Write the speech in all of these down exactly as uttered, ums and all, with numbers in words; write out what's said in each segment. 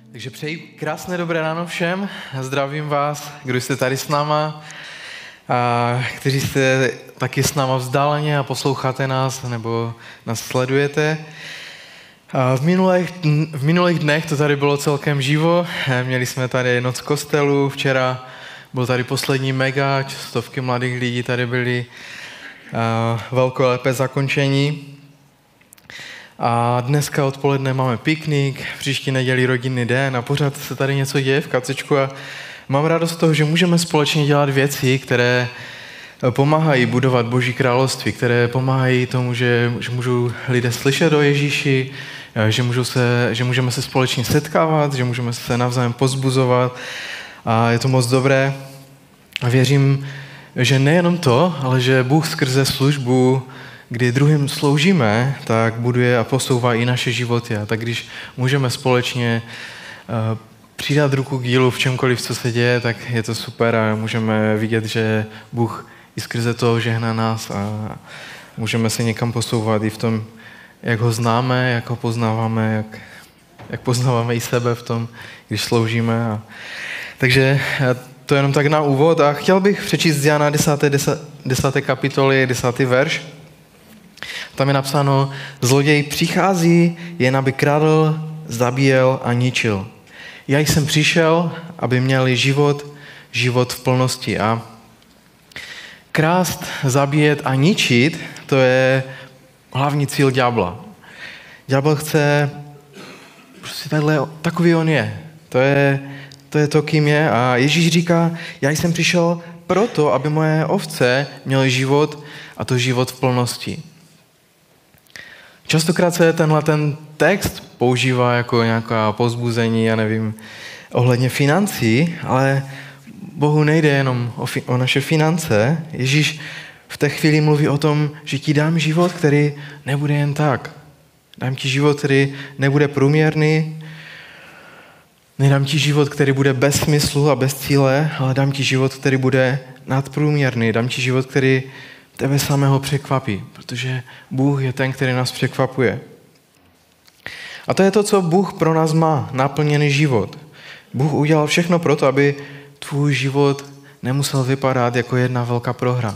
Takže přeji krásné dobré ráno všem. Zdravím vás, kdo jste tady s náma, a kteří jste taky s náma vzdáleně a posloucháte nás nebo nás sledujete. A v, minulých, v minulých dnech to tady bylo celkem živo. Měli jsme tady noc kostelu, včera byl tady poslední mega, stovky mladých lidí tady byli, velkolepé zakončení. A dneska odpoledne máme piknik, příští neděli rodinný den a pořád se tady něco děje v Kacečku a mám radost z toho, že můžeme společně dělat věci, které pomáhají budovat Boží království, které pomáhají tomu, že, že můžou lidé slyšet o Ježíši, že, můžou se, že můžeme se společně setkávat, že můžeme se navzájem povzbuzovat a je to moc dobré. A věřím, že nejenom to, ale že Bůh skrze službu, kdy druhým sloužíme, tak buduje a posouvá i naše životy. A tak když můžeme společně uh, přidat ruku k dílu v čemkoliv, co se děje, tak je to super a můžeme vidět, že Bůh i skrze to žehná nás a můžeme se někam posouvat i v tom, jak ho známe, jak ho poznáváme, jak, jak poznáváme i sebe v tom, když sloužíme. A, takže to jenom tak na úvod a chtěl bych přečíst z Jana desáté, desáté kapitoly, desátý verš. Tam je napsáno, zloděj přichází jen aby kradl, zabíjel a ničil. Já jsem přišel, aby měli život, život v plnosti. A krást, zabíjet a ničit, to je hlavní cíl ďábla. Ďábel chce, prostě takhle, takový on je. To je, to je to, kým je. A Ježíš říká, já jsem přišel proto, aby moje ovce měly život a to život v plnosti. Častokrát se tenhle ten text používá jako nějaká povzbuzení, já nevím, ohledně financí, ale Bohu nejde jenom o, fi- o naše finance. Ježíš v té chvíli mluví o tom, že ti dám život, který nebude jen tak. Dám ti život, který nebude průměrný, nedám ti život, který bude bez smyslu a bez cíle, ale dám ti život, který bude nadprůměrný. Dám ti život, který tebe samého překvapí, protože Bůh je ten, který nás překvapuje. A to je to, co Bůh pro nás má, naplněný život. Bůh udělal všechno pro to, aby tvůj život nemusel vypadat jako jedna velká prohra.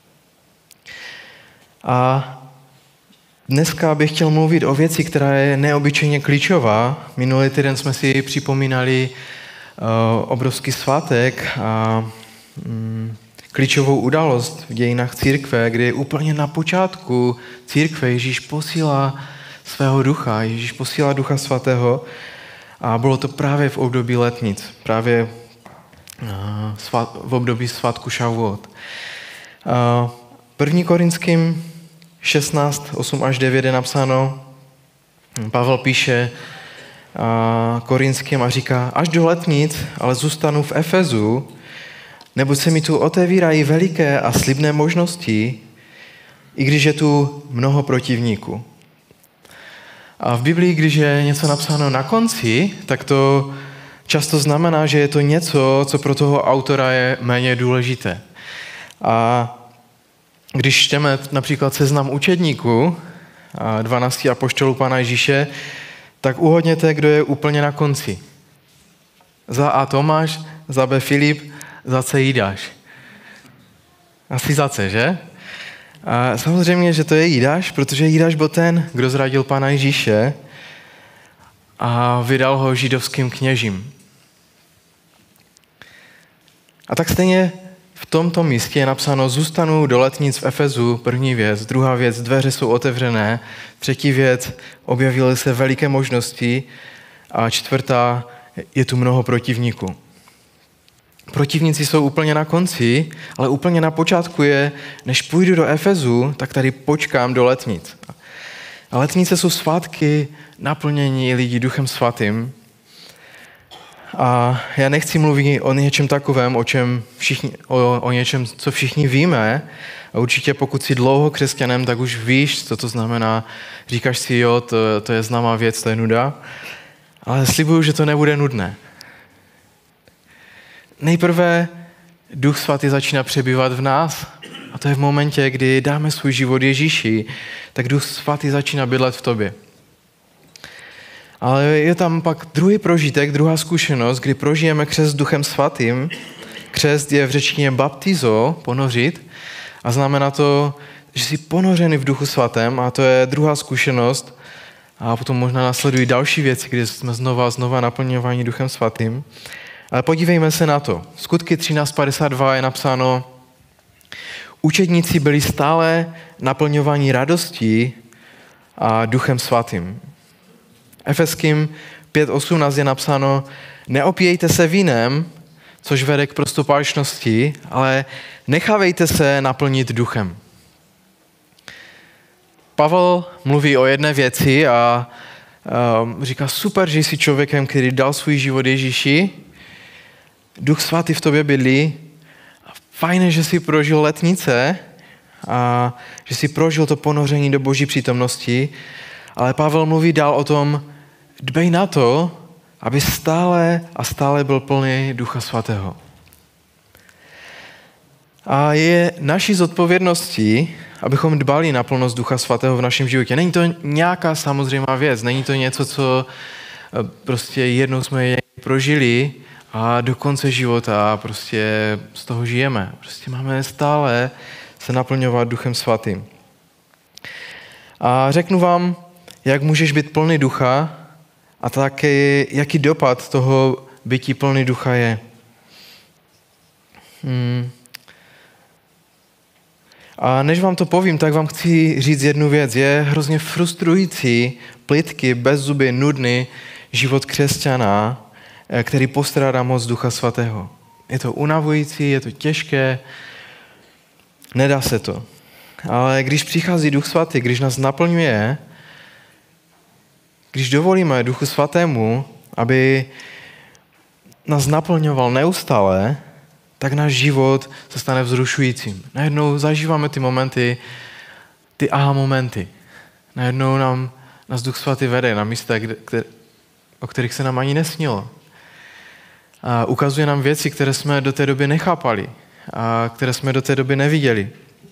A dneska bych chtěl mluvit o věci, která je neobyčejně klíčová. Minulý týden jsme si připomínali uh, obrovský svátek a um, klíčovou událost v dějinách církve, kdy úplně na počátku církve Ježíš posílá svého ducha, Ježíš posílá ducha svatého a bylo to právě v období letnic, právě v období svátku Šavuot. První Korinským šestnáct, osm až devět je napsáno, Pavel píše Korinským a říká, až do letnic, ale zůstanu v Efezu, neboť se mi tu otevírají veliké a slibné možnosti, i když je tu mnoho protivníků. A v Biblii, když je něco napsáno na konci, tak to často znamená, že je to něco, co pro toho autora je méně důležité. A když čteme například seznam učedníků, dvanácti apoštolů Pána Ježíše, tak uhodněte, kdo je úplně na konci. Za A Tomáš, za B Filip, za C Jidáš. Asi za C, že? A samozřejmě, že to je Jidáš, protože Jidáš byl ten, kdo zradil Pána Ježíše a vydal ho židovským kněžím. A tak stejně v tomto místě je napsáno, zůstanu do letnic v Efezu, první věc, druhá věc, dveře jsou otevřené, třetí věc, objevily se veliké možnosti a čtvrtá, je tu mnoho protivníků. Protivníci jsou úplně na konci, ale úplně na počátku je, než půjdu do Efezu, tak tady počkám do letnic. A letnice jsou svátky naplnění lidí Duchem Svatým. A já nechci mluvit o něčem takovém, o, čem všichni, o, o něčem, co všichni víme. A určitě pokud jsi dlouho křesťanem, tak už víš, co to znamená. Říkáš si, jo, to, to je známá věc, to je nuda. Ale slibuju, že to nebude nudné. Nejprve Duch Svatý začíná přebývat v nás a to je v momentě, kdy dáme svůj život Ježíši, tak Duch Svatý začíná bydlet v tobě. Ale je tam pak druhý prožitek, druhá zkušenost, kdy prožijeme křest Duchem Svatým. Křest je v řečtině baptizo, ponořit, a znamená to, že jsi ponořený v Duchu Svatém, a to je druhá zkušenost. A potom možná následují další věci, kdy jsme znova a znova naplňováni Duchem Svatým. Ale podívejme se na to. Skutky třináct padesát dva je napsáno: učedníci byli stále naplňováni radostí a Duchem Svatým. Efeským pět osmnáct je napsáno: neopíjejte se vínem, což vede k prostopáčnosti, ale nechávejte se naplnit duchem. Pavel mluví o jedné věci a um, říká: super, že jsi člověkem, který dal svůj život Ježíši, Duch Svatý v tobě bydlí, fajné, že jsi prožil letnice a že jsi prožil to ponoření do Boží přítomnosti, ale Pavel mluví dál o tom: dbej na to, aby stále a stále byl plný Ducha Svatého. A je naší zodpovědností, abychom dbali na plnost Ducha Svatého v našem životě. Není to nějaká samozřejmá věc, není to něco, co prostě jednou jsme prožili a do konce života prostě z toho žijeme. Prostě máme stále se naplňovat Duchem Svatým. A řeknu vám, jak můžeš být plný ducha a taky, jaký dopad toho bytí plný ducha je. Hmm. A než vám to povím, tak vám chci říct jednu věc. Je hrozně frustrující, plytký, bezzubý, nudný život křesťana, který postrádá moc Ducha Svatého. Je to unavující, je to těžké, nedá se to. Ale když přichází Duch Svatý, když nás naplňuje, když dovolíme Duchu Svatému, aby nás naplňoval neustále, tak náš život se stane vzrušujícím. Najednou zažíváme ty momenty, ty aha momenty. Najednou nám, nás Duch Svatý vede na místa, kde, které, o kterých se nám ani nesnilo. A ukazuje nám věci, které jsme do té doby nechápali a které jsme do té doby neviděli.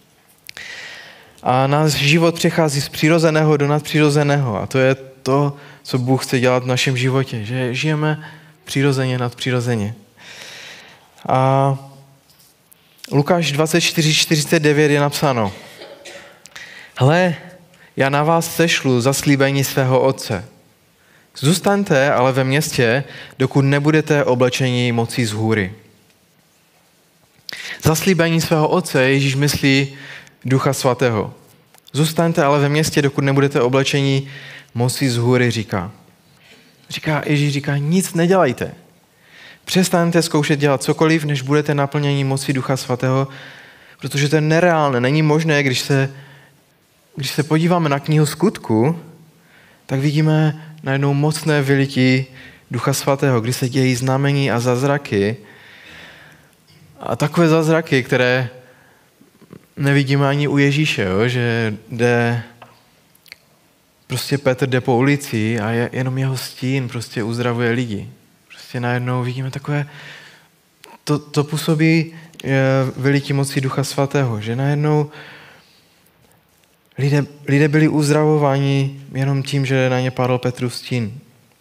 A náš život přechází z přirozeného do nadpřirozeného. A to je to, co Bůh chce dělat v našem životě. Že žijeme přirozeně, nadpřirozeně. A Lukáš dvacet čtyři čtyřicet devět je napsáno: hle, já na vás sešlu zaslíbení svého otce. Zůstaňte ale ve městě, dokud nebudete oblečeni mocí z hůry. Zaslíbení svého otce Ježíš myslí Ducha Svatého. Zůstaňte ale ve městě, dokud nebudete oblečeni mocí z hůry, říká. Říká, Ježíš říká, nic nedělejte. Přestaňte zkoušet dělat cokoliv, než budete naplněni mocí Ducha Svatého, protože to je nereálné. Není možné, když se, když se podíváme na knihu Skutku, tak vidíme najednou mocné vylití Ducha Svatého, kdy se dějí znamení a zázraky. A takové zázraky, které nevidíme ani u Ježíše, jo? Že jde, prostě Petr jde po ulici a je, jenom jeho stín prostě uzdravuje lidi. Prostě najednou vidíme takové, to, to působí vylití mocí Ducha Svatého, že najednou lidé, lidé byli uzdravováni jenom tím, že na ně padl Petrův stín.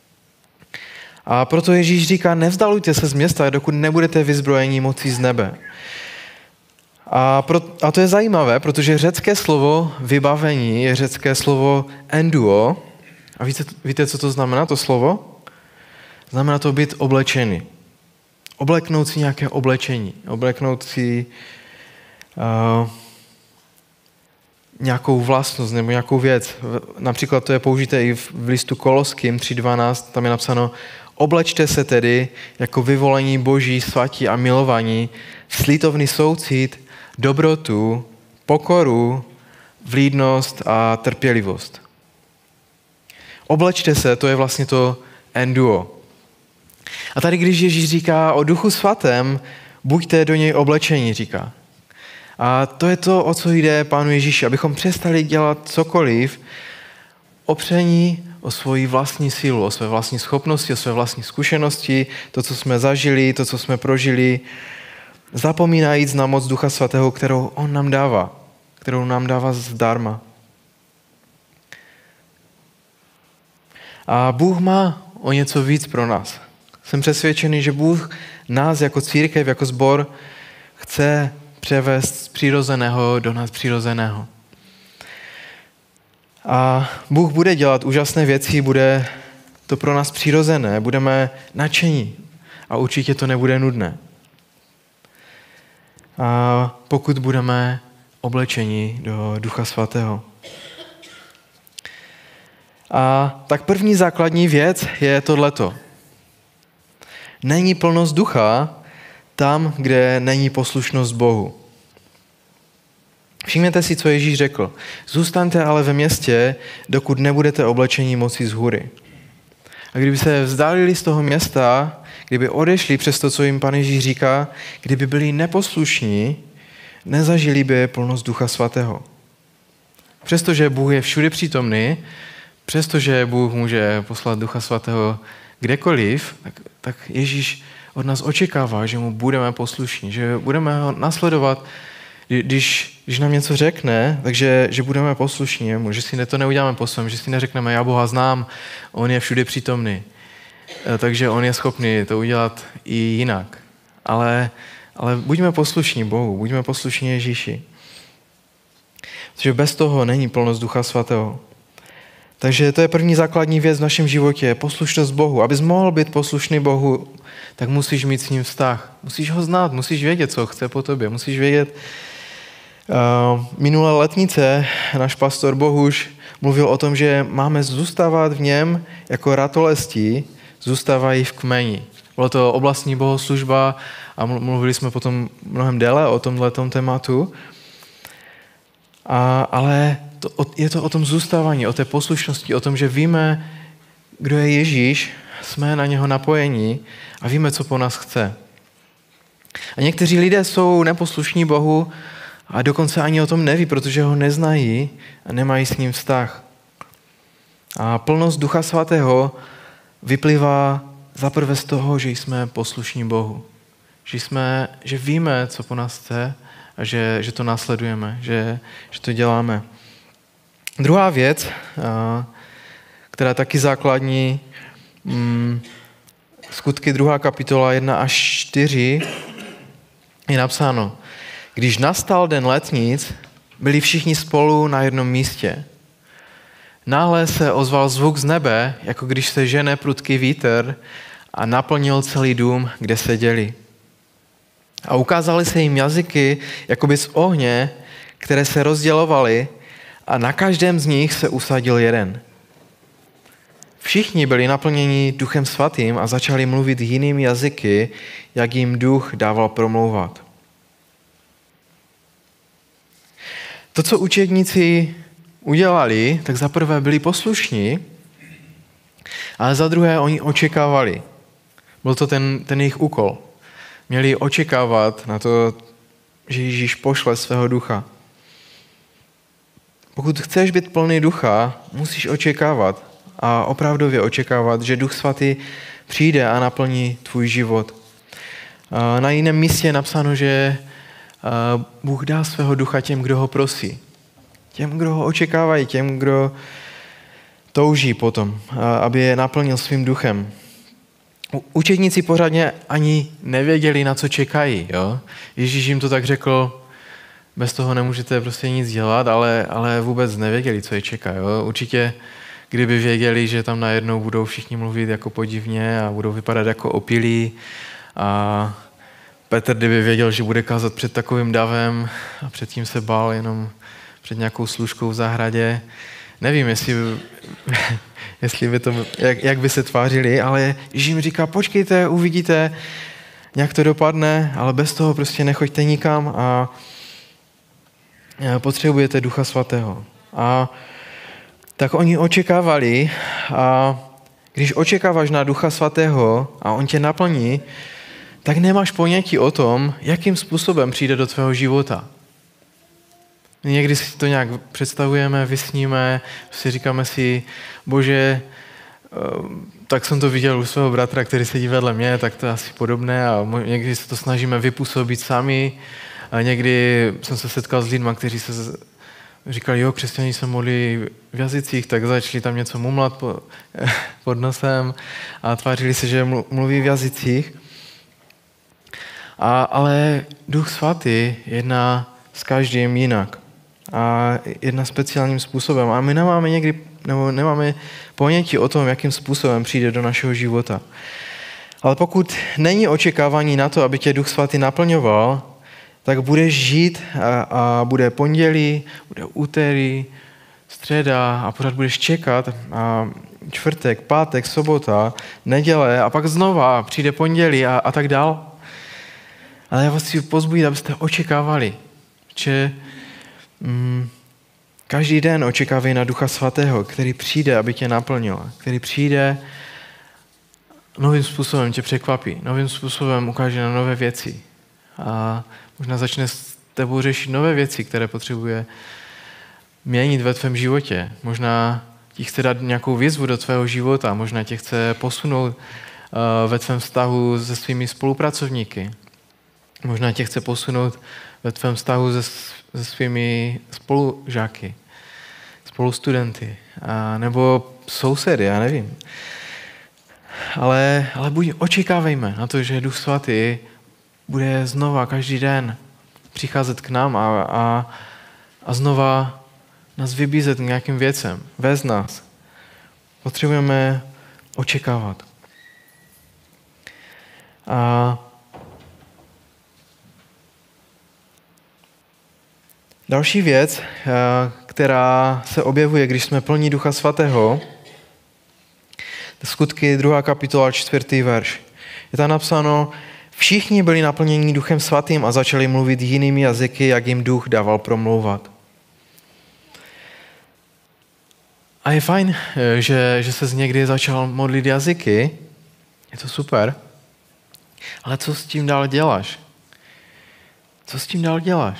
A proto Ježíš říká, nevzdalujte se z města, dokud nebudete vyzbrojeni mocí z nebe. A, pro, a to je zajímavé, protože řecké slovo vybavení je řecké slovo enduo. A víte, víte, co to znamená, to slovo? Znamená to být oblečený. Obleknout si nějaké oblečení. Obleknout si uh, nějakou vlastnost nebo nějakou věc. Například to je použité i v listu Koloským tři dvanáct, tam je napsáno, oblečte se tedy jako vyvolení Boží, svatí a milovaní, slitovný soucit, dobrotu, pokoru, vlídnost a trpělivost. Oblečte se, to je vlastně to enduo. A tady, když Ježíš říká o Duchu Svatém, buďte do něj oblečení, říká. A to je to, o co jde Pánu Ježíši, abychom přestali dělat cokoliv, opření o svoji vlastní sílu, o své vlastní schopnosti, o své vlastní zkušenosti, to, co jsme zažili, to, co jsme prožili, zapomínajíc na moc Ducha Svatého, kterou on nám dává, kterou nám dává zdarma. A Bůh má o něco víc pro nás. Jsem přesvědčený, že Bůh nás jako církev, jako sbor chce převést z přirozeného do nadpřirozeného. A Bůh bude dělat úžasné věci, bude to pro nás přirozené, budeme nadšení a určitě to nebude nudné. A pokud budeme oblečeni do Ducha Svatého. A tak první základní věc je tohleto. Není plnost ducha tam, kde není poslušnost Bohu. Všimněte si, co Ježíš řekl. Zůstaňte ale ve městě, dokud nebudete oblečeni moci z hůry. A kdyby se vzdálili z toho města, kdyby odešli přes to, co jim Pan Ježíš říká, kdyby byli neposlušní, nezažili by plnost Ducha Svatého. Přestože Bůh je všude přítomný, přestože Bůh může poslat Ducha Svatého kdekoliv, tak, tak Ježíš od nás očekává, že mu budeme poslušní, že budeme ho nasledovat, když, když nám něco řekne, takže že budeme poslušní jemu, že si to neuděláme po svém, že si neřekneme, já Boha znám, on je všude přítomný, takže on je schopný to udělat i jinak. Ale, ale buďme poslušní Bohu, buďme poslušní Ježíši. Protože bez toho není plnost Ducha Svatého. Takže to je první základní věc v našem životě, poslušnost Bohu. Abys mohl být poslušný Bohu, tak musíš mít s ním vztah. Musíš ho znát, musíš vědět, co chce po tobě. Musíš vědět. Uh, minulé letnice náš pastor Bohuš mluvil o tom, že máme zůstávat v něm jako ratolesti, zůstávají v kmeni. Bylo to oblastní bohoslužba a mluvili jsme potom mnohem déle o tomhletom tématu. A, ale to, je to o tom zůstávání, o té poslušnosti, o tom, že víme, kdo je Ježíš, jsme na něho napojení a víme, co po nás chce. A někteří lidé jsou neposlušní Bohu a dokonce ani o tom neví, protože ho neznají a nemají s ním vztah. A plnost Ducha Svatého vyplývá zaprvé z toho, že jsme poslušní Bohu. Že, jsme, že víme, co po nás chce a že, že to následujeme, že, že to děláme. Druhá věc, která je taky základní, Skutky druhá kapitola jedna až čtyři, je napsáno: Když nastal den letnic, byli všichni spolu na jednom místě. Náhle se ozval zvuk z nebe, jako když se žene prudký vítr, a naplnil celý dům, kde seděli. A ukázaly se jim jazyky, jakoby z ohně, které se rozdělovaly, a na každém z nich se usadil jeden. Všichni byli naplněni Duchem Svatým a začali mluvit jinými jazyky, jak jim Duch dával promlouvat. To, co učedníci udělali, tak za prvé byli poslušní, ale za druhé oni očekávali. Byl to ten, ten jejich úkol. Měli očekávat na to, že Ježíš pošle svého ducha. Pokud chceš být plný ducha, musíš očekávat a opravdově očekávat, že Duch Svatý přijde a naplní tvůj život. Na jiném místě je napsáno, že Bůh dá svého ducha těm, kdo ho prosí. Těm, kdo ho očekávají, těm, kdo touží potom, aby je naplnil svým duchem. Učedníci pořádně ani nevěděli, na co čekají. Jo? Ježíš jim to tak řekl, bez toho nemůžete prostě nic dělat, ale, ale vůbec nevěděli, co je čeká. Jo? Určitě, kdyby věděli, že tam najednou budou všichni mluvit jako podivně a budou vypadat jako opilí, a Petr, kdyby věděl, že bude kázat před takovým davem a předtím se bál jenom před nějakou služkou v zahradě, nevím, jestli, jestli by to, jak, jak by se tvářili, ale Ježíš jim říká, počkejte, uvidíte, nějak to dopadne, ale bez toho prostě nechoďte nikam a potřebujete Ducha Svatého. A tak oni očekávali, a když očekáváš na Ducha Svatého a on tě naplní, tak nemáš ponětí o tom, jakým způsobem přijde do tvého života. Někdy si to nějak představujeme, vysníme, si říkáme si, Bože, tak jsem to viděl u svého bratra, který sedí vedle mě, tak to je asi podobné, a někdy se to snažíme vypůsobit sami, a někdy jsem se setkal s lidmi, kteří se říkali, jo, křesťané se modlí v jazycích, tak začali tam něco mumlat po, pod nosem a tvářili se, že mluví v jazycích. A, ale Duch Svatý jedná s každým jinak a jedná speciálním způsobem. A my nemáme někdy, nebo nemáme ponětí o tom, jakým způsobem přijde do našeho života. Ale pokud není očekávání na to, aby tě Duch Svatý naplňoval, tak budeš žít a, a bude pondělí, bude úterý, středa a pořád budeš čekat a čtvrtek, pátek, sobota, neděle a pak znova přijde pondělí a, a tak dál. Ale já vás chci pozbudit, abyste očekávali, že mm, každý den očekávají na Ducha Svatého, který přijde, aby tě naplnil, který přijde novým způsobem tě překvapí, novým způsobem ukáže na nové věci a možná začne s tebou řešit nové věci, které potřebuje měnit ve tvém životě. Možná ti chce dát nějakou výzvu do tvého života, možná tě chce posunout uh, ve tvém vztahu se svými spolupracovníky. Možná tě chce posunout ve tvém vztahu se, se svými spolužáky, spolustudenty, a nebo sousedy, já nevím. Ale, ale buď očekávejme na to, že Duch Svatý bude znova každý den přicházet k nám a, a, a znova nás vybízet k nějakým věcem, vést nás. Potřebujeme očekávat. A další věc, která se objevuje, když jsme plní Ducha Svatého, Skutky druhá kapitola, čtvrtý verš. Je tam napsáno, všichni byli naplněni Duchem Svatým a začali mluvit jinými jazyky, jak jim Duch dával promlouvat. A je fajn, že, že se někdy začal modlit jazyky. Je to super. Ale co s tím dál děláš? Co s tím dál děláš?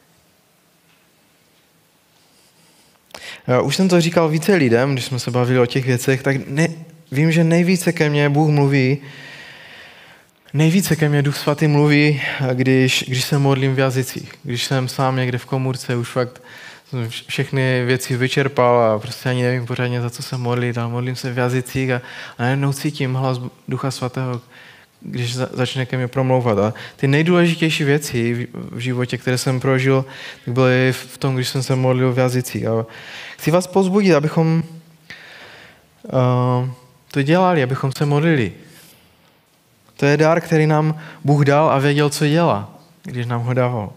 Už jsem to říkal více lidem, když jsme se bavili o těch věcech, tak ne, vím, že nejvíce ke mně Bůh mluví, nejvíce ke mně Duch Svatý mluví, když, když se modlím v jazycích. Když jsem sám někde v komůrce, už fakt všechny věci vyčerpal a prostě ani nevím pořádně, za co se modlit, ale modlím se v jazycích a, a najednou cítím hlas Ducha Svatého, když za, začne ke mně promlouvat. A ty nejdůležitější věci v, v životě, které jsem prožil, tak byly v tom, když jsem se modlil v jazycích. A chci vás povzbudit, abychom uh, to dělali, abychom se modlili. To je dar, který nám Bůh dal a věděl, co dělá, když nám ho dával.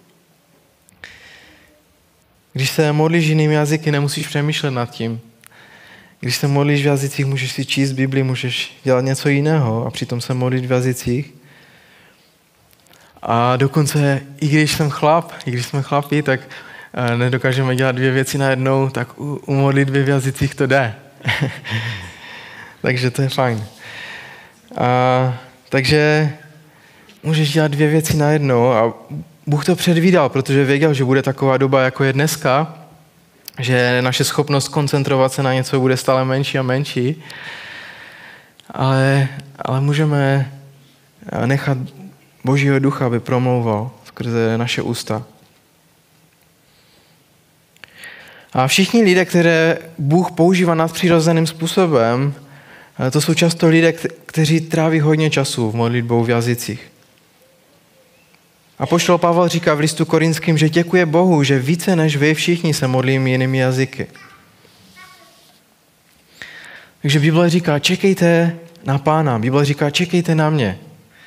Když se modlíš jinými jazyky, nemusíš přemýšlet nad tím. Když se modlíš v jazycích, můžeš si číst Bibli, můžeš dělat něco jiného a přitom se modlit v jazycích. A dokonce, i když jsem chlap, i když jsme chlapi, tak nedokážeme dělat dvě věci najednou, tak u, u modlitby v jazycích to jde. Takže to je fajn. A, takže můžeš dělat dvě věci najednou a Bůh to předvídal, protože věděl, že bude taková doba, jako je dneska, že naše schopnost koncentrovat se na něco bude stále menší a menší, ale, ale můžeme nechat Božího ducha, aby promlouval skrze naše ústa. A všichni lidé, které Bůh používá nadpřirozeným způsobem, to jsou často lidé, kteří tráví hodně času v modlitbou v jazycích. Apoštol Pavel říká v listu Korinským, že děkuje Bohu, že více než vy všichni se modlím jinými jazyky. Takže Bible říká, čekejte na Pána. Bible říká, čekejte na mě.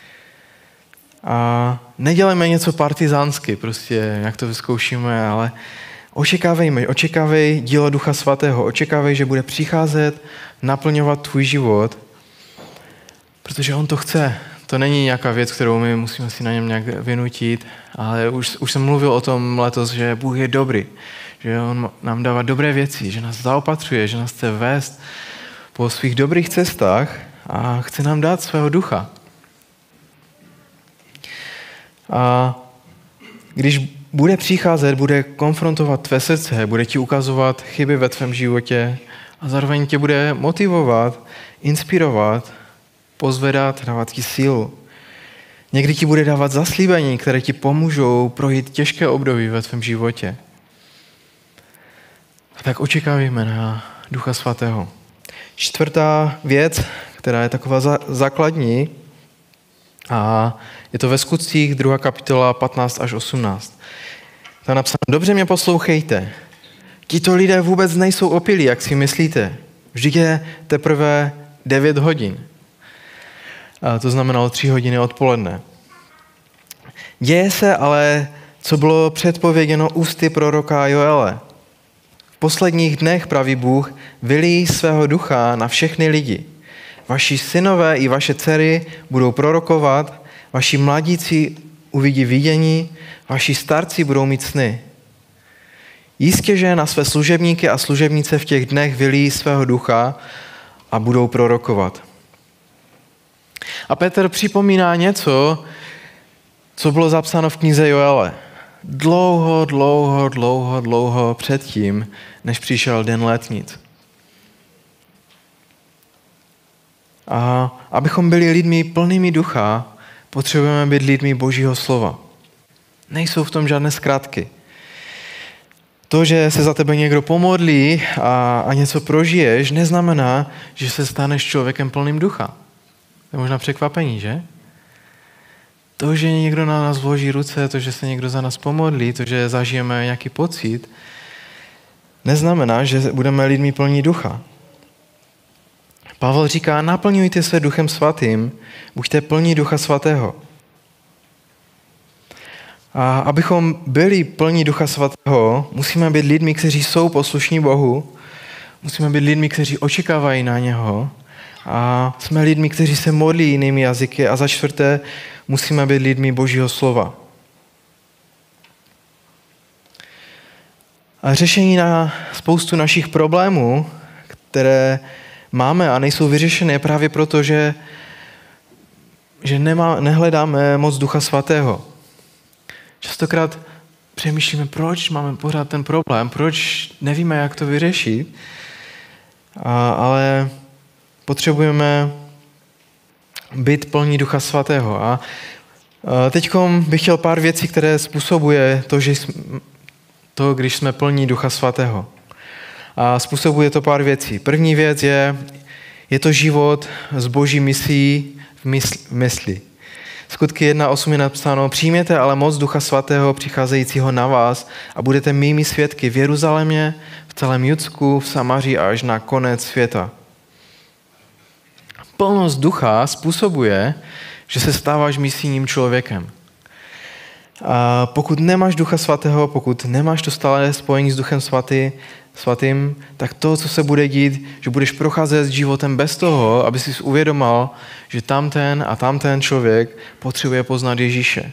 A nedělejme něco partizánsky, prostě, jak to vyzkoušíme, ale očekávejme, očekávej dílo Ducha Svatého, očekávej, že bude přicházet, naplňovat tvůj život, protože on to chce. To není nějaká věc, kterou my musíme si na něm nějak vynutit, ale už, už jsem mluvil o tom letos, že Bůh je dobrý, že on nám dává dobré věci, že nás zaopatřuje, že nás chce vést po svých dobrých cestách a chce nám dát svého ducha. A když bude přicházet, bude konfrontovat tvé srdce, bude ti ukazovat chyby ve tvém životě a zároveň tě bude motivovat, inspirovat, pozvedat, dávat ti sílu. Někdy ti bude dávat zaslíbení, které ti pomůžou projít těžké období ve tvém životě. tak očekávejme na Ducha Svatého. Čtvrtá věc, která je taková za, základní, a je to ve Skutcích, druhá kapitola, patnáct až osmnáct. Tam napsáno: dobře mě poslouchejte. Tito lidé vůbec nejsou opilí, jak si myslíte. Vždyť je teprve devět hodin. A to znamenalo tři hodiny odpoledne. Děje se ale, co bylo předpověděno ústy proroka Joele. V posledních dnech, praví Bůh, vylíjí svého ducha na všechny lidi. Vaši synové i vaše dcery budou prorokovat, vaši mladíci uvidí vidění, vaši starci budou mít sny. Jistě, že na své služebníky a služebnice v těch dnech vylíjí svého ducha a budou prorokovat. A Petr připomíná něco, co bylo zapsáno v knize Joele. Dlouho, dlouho, dlouho, dlouho předtím, než přišel den letnic. A abychom byli lidmi plnými ducha, potřebujeme být lidmi Božího slova. Nejsou v tom žádné zkratky. To, že se za tebe někdo pomodlí a, a něco prožiješ, neznamená, že se staneš člověkem plným ducha. To je možná překvapení, že? To, že někdo na nás vloží ruce, to, že se někdo za nás pomodlí, to, že zažijeme nějaký pocit, neznamená, že budeme lidmi plní ducha. Pavel říká: naplňujte se Duchem Svatým, buďte plní Ducha Svatého. A abychom byli plní Ducha Svatého, musíme být lidmi, kteří jsou poslušní Bohu, musíme být lidmi, kteří očekávají na něho, a jsme lidmi, kteří se modlí jinými jazyky, a za čtvrté musíme být lidmi Božího slova. A řešení na spoustu našich problémů, které máme a nejsou vyřešené, právě proto, že, že nemá, nehledáme moc Ducha Svatého. Častokrát přemýšlíme, proč máme pořád ten problém, proč nevíme, jak to vyřešit, a, ale potřebujeme být plní Ducha Svatého. A teď bych chtěl pár věcí, které způsobuje to, že jsme, to, když jsme plní Ducha Svatého. A způsobuje to pár věcí. První věc je, je to život s Boží misí v mysli. V mysli. Skutky jedna osm je napsáno: přijměte ale moc Ducha Svatého přicházejícího na vás a budete mými svědky v Jeruzalémě, v celém Judsku, v Samaří a až na konec světa. Plnost ducha způsobuje, že se stáváš misijním člověkem. A pokud nemáš Ducha Svatého, pokud nemáš to stále spojení s Duchem svatý, Svatým, tak to, co se bude dít, že budeš procházet životem bez toho, aby si uvědomil, že tamten a tamten člověk potřebuje poznat Ježíše.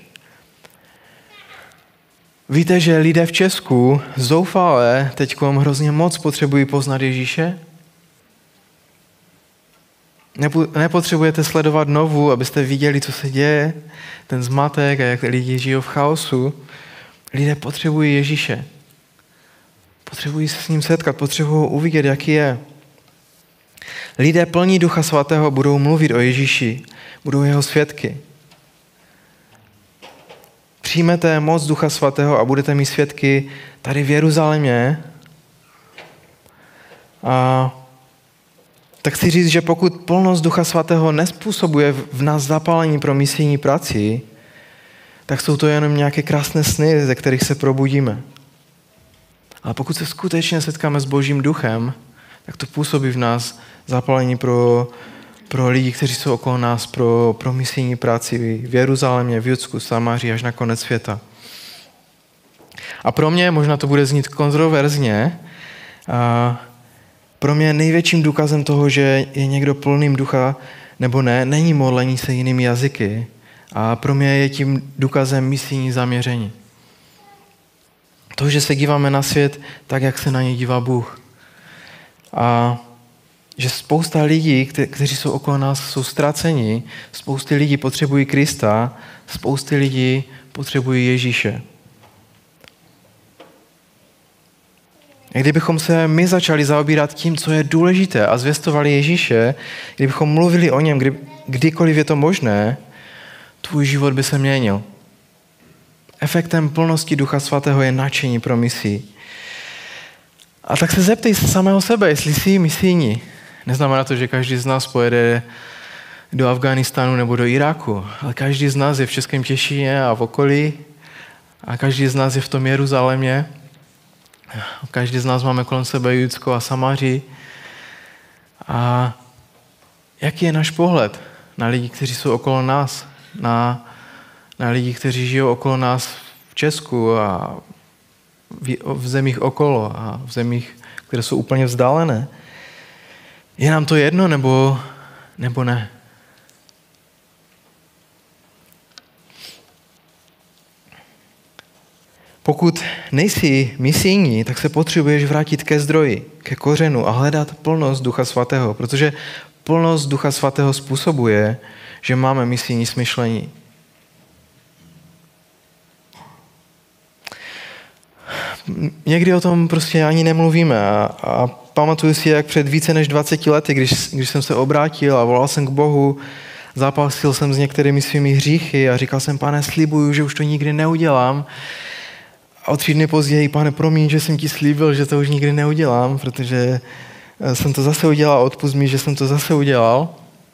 Víte, že lidé v Česku zoufale teďkom hrozně moc potřebují poznat Ježíše? Nepotřebujete sledovat Novu, abyste viděli, co se děje, ten zmatek a jak lidi žijou v chaosu. Lidé potřebují Ježíše. Potřebují se s ním setkat, potřebují uvidět, jaký je. Lidé plní Ducha Svatého budou mluvit o Ježíši, budou jeho svědky. Přijmete moc Ducha Svatého a budete mít svědky tady v Jeruzalémě. A tak chci říct, že pokud plnost Ducha Svatého nespůsobuje v nás zapálení pro misijní práci, tak jsou to jenom nějaké krásné sny, ze kterých se probudíme. Ale pokud se skutečně setkáme s Božím duchem, tak to působí v nás zapálení pro, pro lidi, kteří jsou okolo nás, pro, pro misijní práci v Jeruzalémě, v Judsku, Samáří až na konec světa. A pro mě, možná to bude znít kontroverzně, a pro mě největším důkazem toho, že je někdo plným ducha nebo ne, není modlení se jinými jazyky. A pro mě je tím důkazem misijní zaměření. To, že se díváme na svět tak, jak se na ně dívá Bůh. A že spousta lidí, kte- kteří jsou okolo nás, jsou ztraceni, spousty lidí potřebují Krista, spousty lidí potřebují Ježíše. A kdybychom se my začali zaobírat tím, co je důležité a zvěstovali Ježíše, kdybychom mluvili o něm, kdy, kdykoliv je to možné, tvůj život by se měnil. Efektem plnosti Ducha Svatého je nadšení pro misii. A tak se zeptej se samého sebe, jestli jsi misijní. Neznamená to, že každý z nás pojede do Afghánistánu nebo do Iráku, ale každý z nás je v Českém Těšíně a v okolí a každý z nás je v tom Jeruzalémě. Každý z nás máme kolem sebe Judsko a Samáří. A jaký je náš pohled na lidi, kteří jsou okolo nás, na, na lidi, kteří žijou okolo nás v Česku a v, v zemích okolo a v zemích, které jsou úplně vzdálené? Je nám to jedno nebo, nebo ne? Pokud nejsi misijní, tak se potřebuješ vrátit ke zdroji, ke kořenu a hledat plnost Ducha Svatého, protože plnost Ducha Svatého způsobuje, že máme misijní smyšlení. Někdy o tom prostě ani nemluvíme a, a pamatuju si, jak před více než dvaceti lety, když, když jsem se obrátil a volal jsem k Bohu, zápasil jsem s některými svými hříchy a říkal jsem, Pane, slibuju, že už to nikdy neudělám. A o tři dny později, Pane, promiň, že jsem ti slíbil, že to už nikdy neudělám, protože jsem to zase udělal, odpusť mi, že jsem to zase udělal.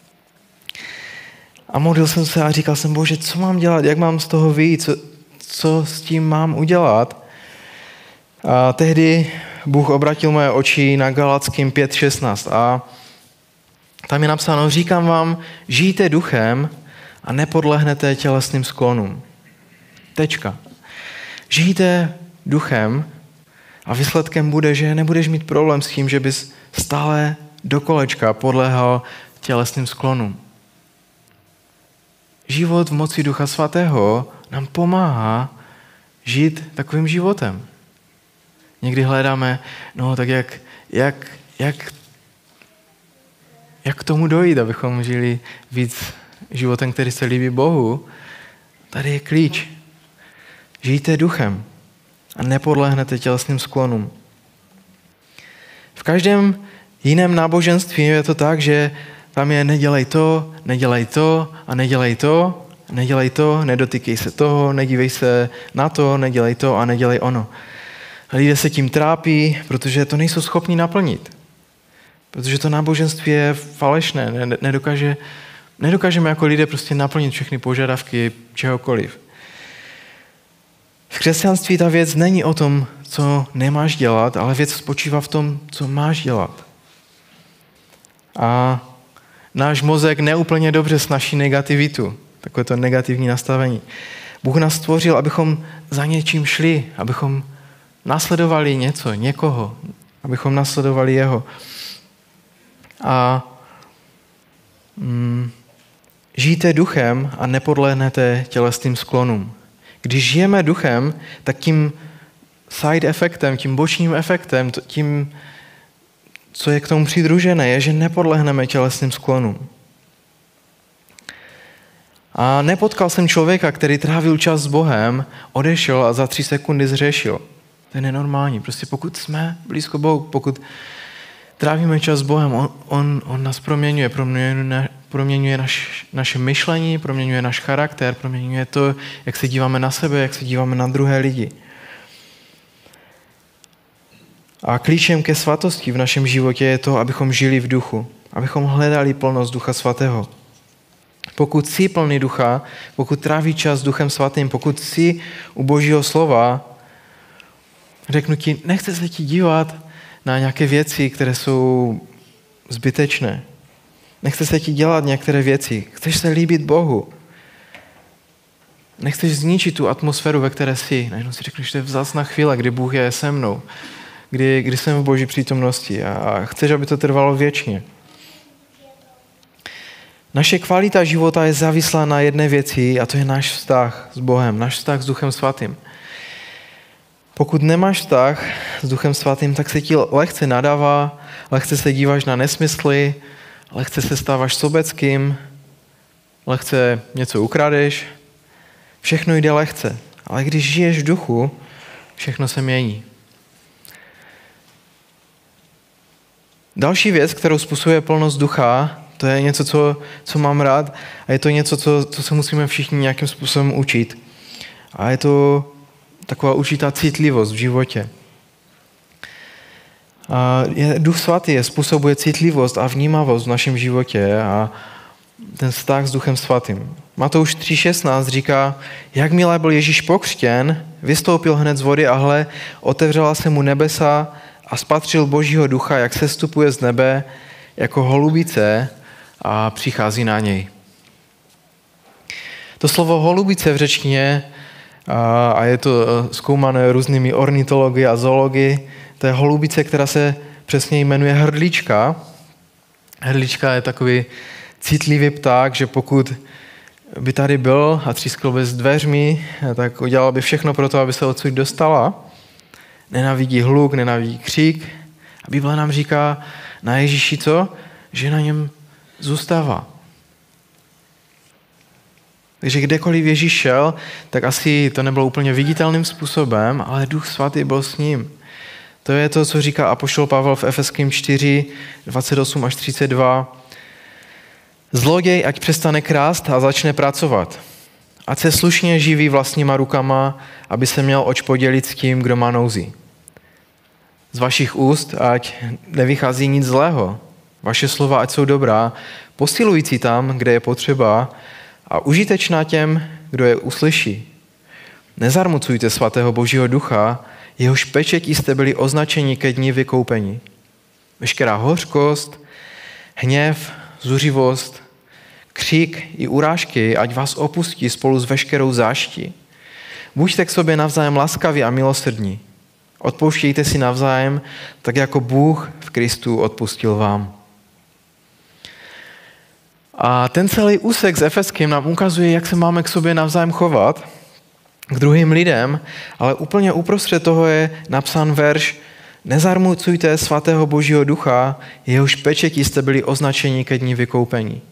A modlil jsem se a říkal jsem, Bože, co mám dělat, jak mám z toho vyjít, co, co s tím mám udělat? A tehdy Bůh obratil moje oči na Galackým pět šestnáct a tam je napsáno, říkám vám, žijte duchem a nepodlehnete tělesným sklonům. Tečka. Žijte duchem a výsledkem bude, že nebudeš mít problém s tím, že bys stále do kolečka podléhal tělesným sklonům. Život v moci Ducha Svatého nám pomáhá žít takovým životem. Někdy hledáme, no tak jak, jak, jak, jak k tomu dojít, abychom žili víc životem, který se líbí Bohu. Tady je klíč. Žijte duchem a nepodlehnete tělesným sklonům. V každém jiném náboženství je to tak, že tam je nedělej to, nedělej to a nedělej to, nedělej to, nedotýkej se toho, nedívej se na to, nedělej to a nedělej ono. A lidé se tím trápí, protože to nejsou schopni naplnit. Protože to náboženství je falešné, nedokáže, nedokážeme jako lidé prostě naplnit všechny požadavky čehokoliv. V křesťanství ta věc není o tom, co nemáš dělat, ale věc spočívá v tom, co máš dělat. A náš mozek neúplně dobře snáší negativitu, takové to negativní nastavení. Bůh nás stvořil, abychom za něčím šli, abychom následovali něco, někoho, abychom následovali jeho. A mm, žijte duchem a nepodlehnete tělesným sklonům. Když žijeme duchem, tak tím side efektem, tím bočním efektem, tím, co je k tomu přidružené, je, že nepodlehneme tělesným sklonům. A nepotkal jsem člověka, který trávil čas s Bohem, odešel a za tři sekundy zřešil. To je nenormální. Prostě pokud jsme blízko Bohu, pokud trávíme čas s Bohem, on, on, on nás proměňuje, proměňuje, proměňuje naš, naše myšlení, proměňuje náš charakter, proměňuje to, jak se díváme na sebe, jak se díváme na druhé lidi. A klíčem ke svatosti v našem životě je to, abychom žili v duchu, abychom hledali plnost Ducha Svatého. Pokud jsi plný ducha, pokud tráví čas s Duchem Svatým, pokud jsi u Božího slova, řeknu ti, nechce se ti dívat na nějaké věci, které jsou zbytečné. Nechce se ti dělat některé věci. Chceš se líbit Bohu. Nechceš zničit tu atmosféru, ve které jsi. Najednou si řekneš, že to je vzácná chvíle, kdy Bůh je se mnou. Kdy, kdy jsem v Boží přítomnosti a chceš, aby to trvalo věčně. Naše kvalita života je závislá na jedné věci a to je náš vztah s Bohem, náš vztah s Duchem Svatým. Pokud nemáš vztah s Duchem Svatým, tak se ti lehce nadává, lehce se díváš na nesmysly, lehce se stáváš sobeckým, lehce něco ukradeš, všechno jde lehce. Ale když žiješ v duchu, všechno se mění. Další věc, kterou způsobuje plnost ducha, to je něco, co, co mám rád a je to něco, co, co se musíme všichni nějakým způsobem učit. A je to taková určitá citlivost v životě. je, Duch Svatý je, způsobuje citlivost a vnímavost v našem životě a ten vztah s Duchem Svatým. Matouš tři šestnáct říká, jakmile byl Ježíš pokřtěn, vystoupil hned z vody a hle, otevřela se mu nebesa a spatřil Božího ducha, jak sestupuje z nebe jako holubice a přichází na něj. To slovo holubice v řečtině, a je to zkoumané různými ornitology a zoology, to je holubice, která se přesně jmenuje hrdlička. Hrdlička je takový citlivý pták, že pokud by tady byl a třískl by s dveřmi, tak udělal by všechno pro to, aby se odsud dostala. Nenávidí hluk, nenávidí křik. A Bible nám říká na Ježíši co? Že na něm zůstává. Takže kdekoliv Ježíš šel, tak asi to nebylo úplně viditelným způsobem, ale Duch Svatý byl s ním. To je to, co říká apoštol Pavel v Efeským čtyři, dvacet osm až třicet dva. Zloděj, ať přestane krást a začne pracovat. Ať se slušně živí vlastníma rukama, aby se měl oč podělit s tím, kdo má nouzi. Z vašich úst ať nevychází nic zlého. Vaše slova ať jsou dobrá, posilující tam, kde je potřeba, a užitečná těm, kdo je uslyší. Nezarmucujte svatého Božího ducha, jehož pečetí jste byli označeni ke dni vykoupení. Veškerá hořkost, hněv, zuřivost, křik i urážky, ať vás opustí spolu s veškerou záští. Buďte k sobě navzájem laskaví a milosrdní. Odpouštějte si navzájem, tak jako Bůh v Kristu odpustil vám. A ten celý úsek s Efeským nám ukazuje, jak se máme k sobě navzájem chovat, k druhým lidem, ale úplně uprostřed toho je napsán verš: Nezarmucujte svatého Božího ducha, jehož pečetí jste byli označeni ke dni vykoupení.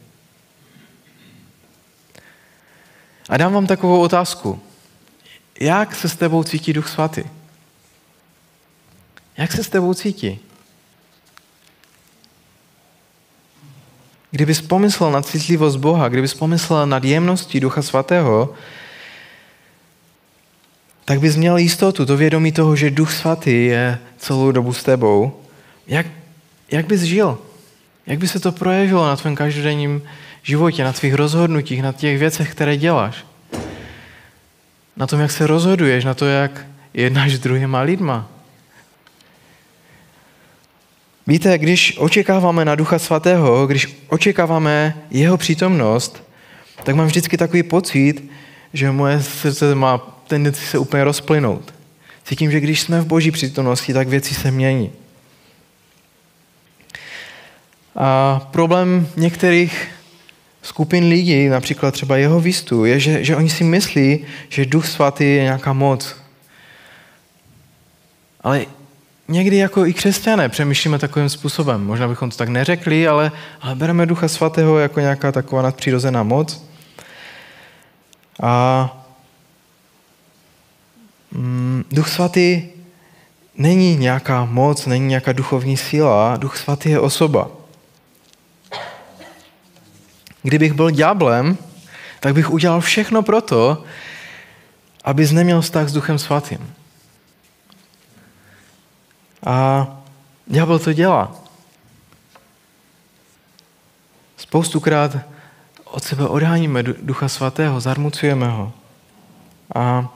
A dám vám takovou otázku. Jak se s tebou cítí Duch Svatý? Jak se s tebou cítí? Kdybys pomyslel na citlivost Boha, kdybys pomyslel nad jemností Ducha Svatého, tak bys měl jistotu, to vědomí toho, že Duch Svatý je celou dobu s tebou. Jak, jak bys žil? Jak by se to projevilo na tvém každodenním životě, na tvých rozhodnutích, na těch věcech, které děláš? Na tom, jak se rozhoduješ, na to, jak jednáš s druhýma lidma. Víte, když očekáváme na Ducha Svatého, když očekáváme jeho přítomnost, tak mám vždycky takový pocit, že moje srdce má tendenci se úplně rozplynout. Cítím, že když jsme v Boží přítomnosti, tak věci se mění. A problém některých skupin lidí, například třeba jehovistů, je, že, že oni si myslí, že Duch Svatý je nějaká moc. Ale někdy jako i křesťané přemýšlíme takovým způsobem. Možná bychom to tak neřekli, ale, ale bereme Ducha Svatého jako nějaká taková nadpřirozená moc. A mm, Duch Svatý není nějaká moc, není nějaká duchovní síla. Duch Svatý je osoba. Kdybych byl ďáblem, tak bych udělal všechno pro to, abys neměl vztah s Duchem Svatým. A ďábel to dělá. Spoustukrát od sebe odháníme Ducha Svatého, zarmucujeme ho. A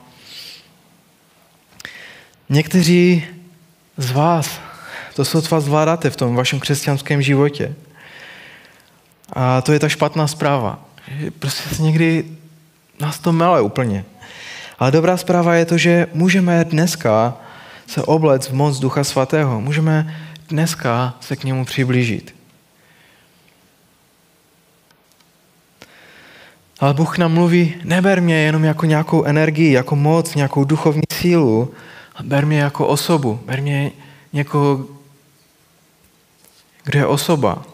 někteří z vás to sotva zvládáte v tom vašem křesťanském životě. A to je ta špatná zpráva. Prostě někdy nás to mele úplně. Ale dobrá zpráva je to, že můžeme dneska se obléct v moc Ducha Svatého. Můžeme dneska se k němu přiblížit. Ale Bůh nám mluví, neber mě jenom jako nějakou energii, jako moc, nějakou duchovní sílu, ale ber mě jako osobu, ber mě někoho, kdo je osoba.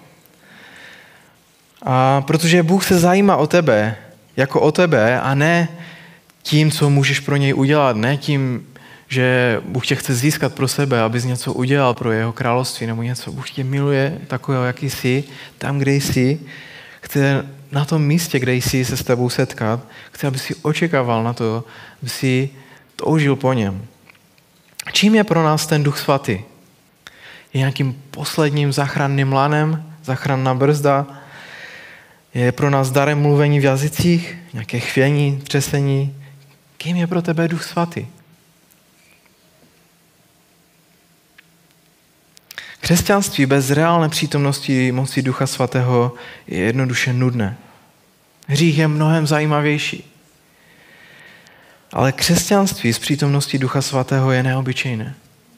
A protože Bůh se zajímá o tebe, jako o tebe, a ne tím, co můžeš pro něj udělat, ne tím, že Bůh tě chce získat pro sebe, abys něco udělal pro jeho království nebo něco. Bůh tě miluje takového, jaký jsi, tam, kde jsi. Chce na tom místě, kde jsi, se s tebou setkat. Chce, aby si očekával na to, aby si toužil po něm. Čím je pro nás ten Duch Svatý? je nějakým posledním záchranným lanem, záchranná brzda, je pro nás darem mluvení v jazycích, nějaké chvění, třesení. Kým je pro tebe Duch Svatý? Křesťanství bez reálné přítomnosti moci Ducha Svatého je jednoduše nudné. Hřích je mnohem zajímavější. Ale křesťanství s přítomností Ducha Svatého je neobyčejné.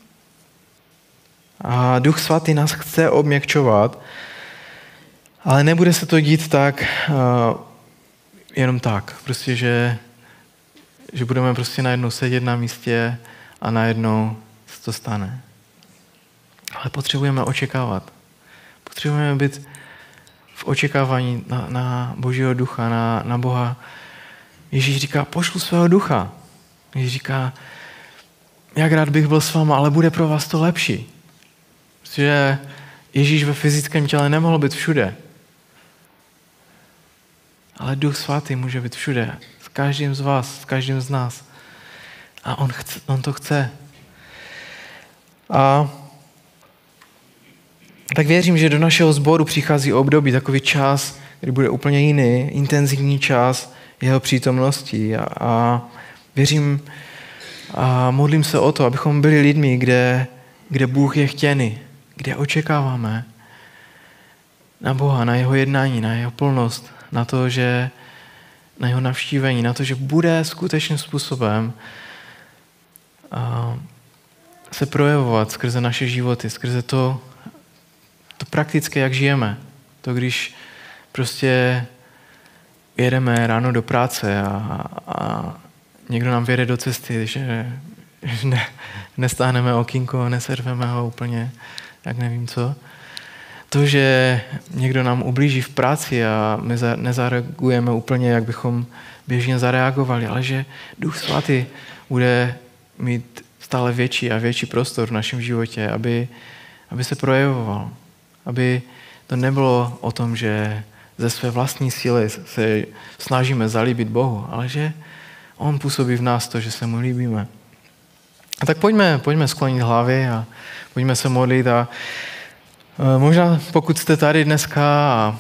A Duch Svatý nás chce obměkčovat, ale nebude se to dít tak, uh, jenom tak. Prostě, že, že budeme prostě najednou sedět na místě a najednou se to stane. Ale potřebujeme očekávat. Potřebujeme být v očekávání na, na Božího ducha, na, na Boha. Ježíš říká, pošlu svého ducha. Ježíš říká, jak rád bych byl s váma, ale bude pro vás to lepší. Protože Ježíš ve fyzickém těle nemohl být všude. Ale Duch Svatý může být všude. S každým z vás, s každým z nás. A on, chce, on to chce. A tak věřím, že do našeho sboru přichází období, takový čas, kdy bude úplně jiný, intenzivní čas jeho přítomnosti. A, a věřím a modlím se o to, abychom byli lidmi, kde, kde Bůh je chtěný, kde očekáváme na Boha, na jeho jednání, na jeho plnost, na to, že na jeho navštívení, na to, že bude skutečným způsobem a, se projevovat skrze naše životy, skrze to, to praktické, jak žijeme. To, když prostě jedeme ráno do práce a, a někdo nám vjede do cesty, že ne, nestáhneme okýnko, neserveme ho úplně, jak nevím co. To, že někdo nám ublíží v práci a my za, nezareagujeme úplně, jak bychom běžně zareagovali, ale že Duch Svatý bude mít stále větší a větší prostor v našem životě, aby, aby se projevoval. Aby to nebylo o tom, že ze své vlastní síly se snažíme zalíbit Bohu, ale že on působí v nás to, že se mu líbíme. A tak pojďme, pojďme sklonit hlavy a pojďme se modlit a možná pokud jste tady dneska a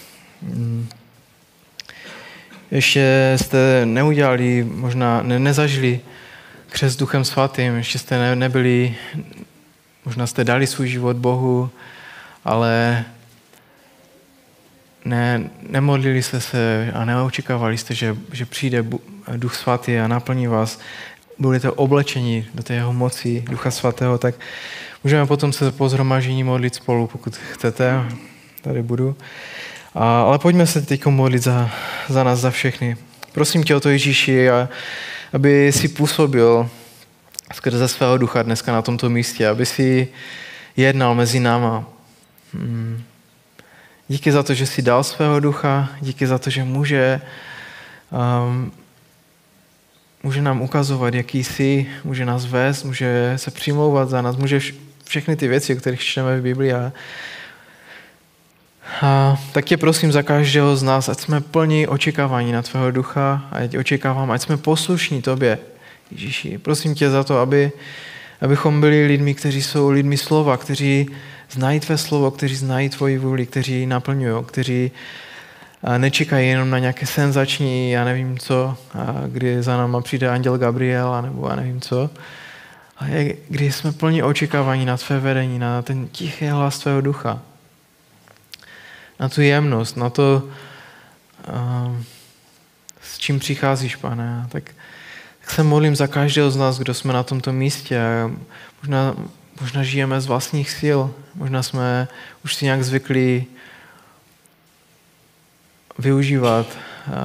ještě jste neudělali, možná ne, nezažili křest Duchem Svatým, ještě jste ne, nebyli, možná jste dali svůj život Bohu, ale ne, nemodlili jste se a neočekávali jste, že, že přijde Duch Svatý a naplní vás, budete oblečeni do té jeho moci Ducha Svatého, tak můžeme potom se po shromaždění modlit spolu, pokud chcete. Tady budu. A, ale pojďme se teď modlit za, za nás, za všechny. Prosím tě o to, Ježíši, a, aby si působil skrze svého ducha dneska na tomto místě, aby si jednal mezi náma. Hmm. Díky za to, že jsi dal svého ducha, díky za to, že může, um, může nám ukazovat, jaký jsi, může nás vést, může se přimlouvat za nás, může všechny ty věci, o kterých čteme v Biblii. A, a tak tě prosím za každého z nás, ať jsme plní očekávání na tvého ducha, ať očekávám, ať jsme poslušní tobě, Ježíši. Prosím tě za to, aby, abychom byli lidmi, kteří jsou lidmi slova, kteří znají tvé slovo, kteří znají tvoji vůli, kteří naplňují, kteří nečekají jenom na nějaké senzační, já nevím co, kdy za náma přijde anděl Gabriel, nebo já nevím co, ale kdy jsme plní očekávání na tvé vedení, na ten tichý hlas tvého ducha, na tu jemnost, na to, s čím přicházíš, Pane. Tak, tak se modlím za každého z nás, kdo jsme na tomto místě. Možná Možná žijeme z vlastních sil, možná jsme už si nějak zvykli využívat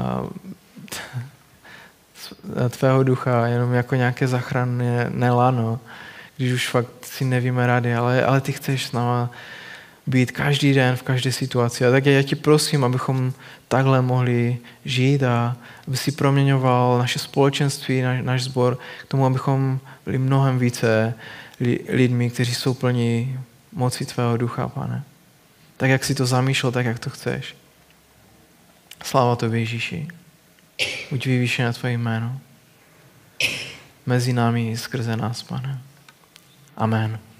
tvého ducha jenom jako nějaké záchranné lano, když už fakt si nevíme rady, ale, ale ty chceš s náma být každý den, v každé situaci. A tak já ti prosím, abychom takhle mohli žít a aby si proměňoval naše společenství, náš, náš sbor k tomu, abychom byli mnohem více lidmi, kteří jsou plní moci tvého ducha, Pane. Tak, jak jsi to zamýšlel, tak, jak to chceš. Sláva tobě, Ježíši. Buď vyvýšené tvoje jméno. Mezi námi skrze nás, Pane. Amen.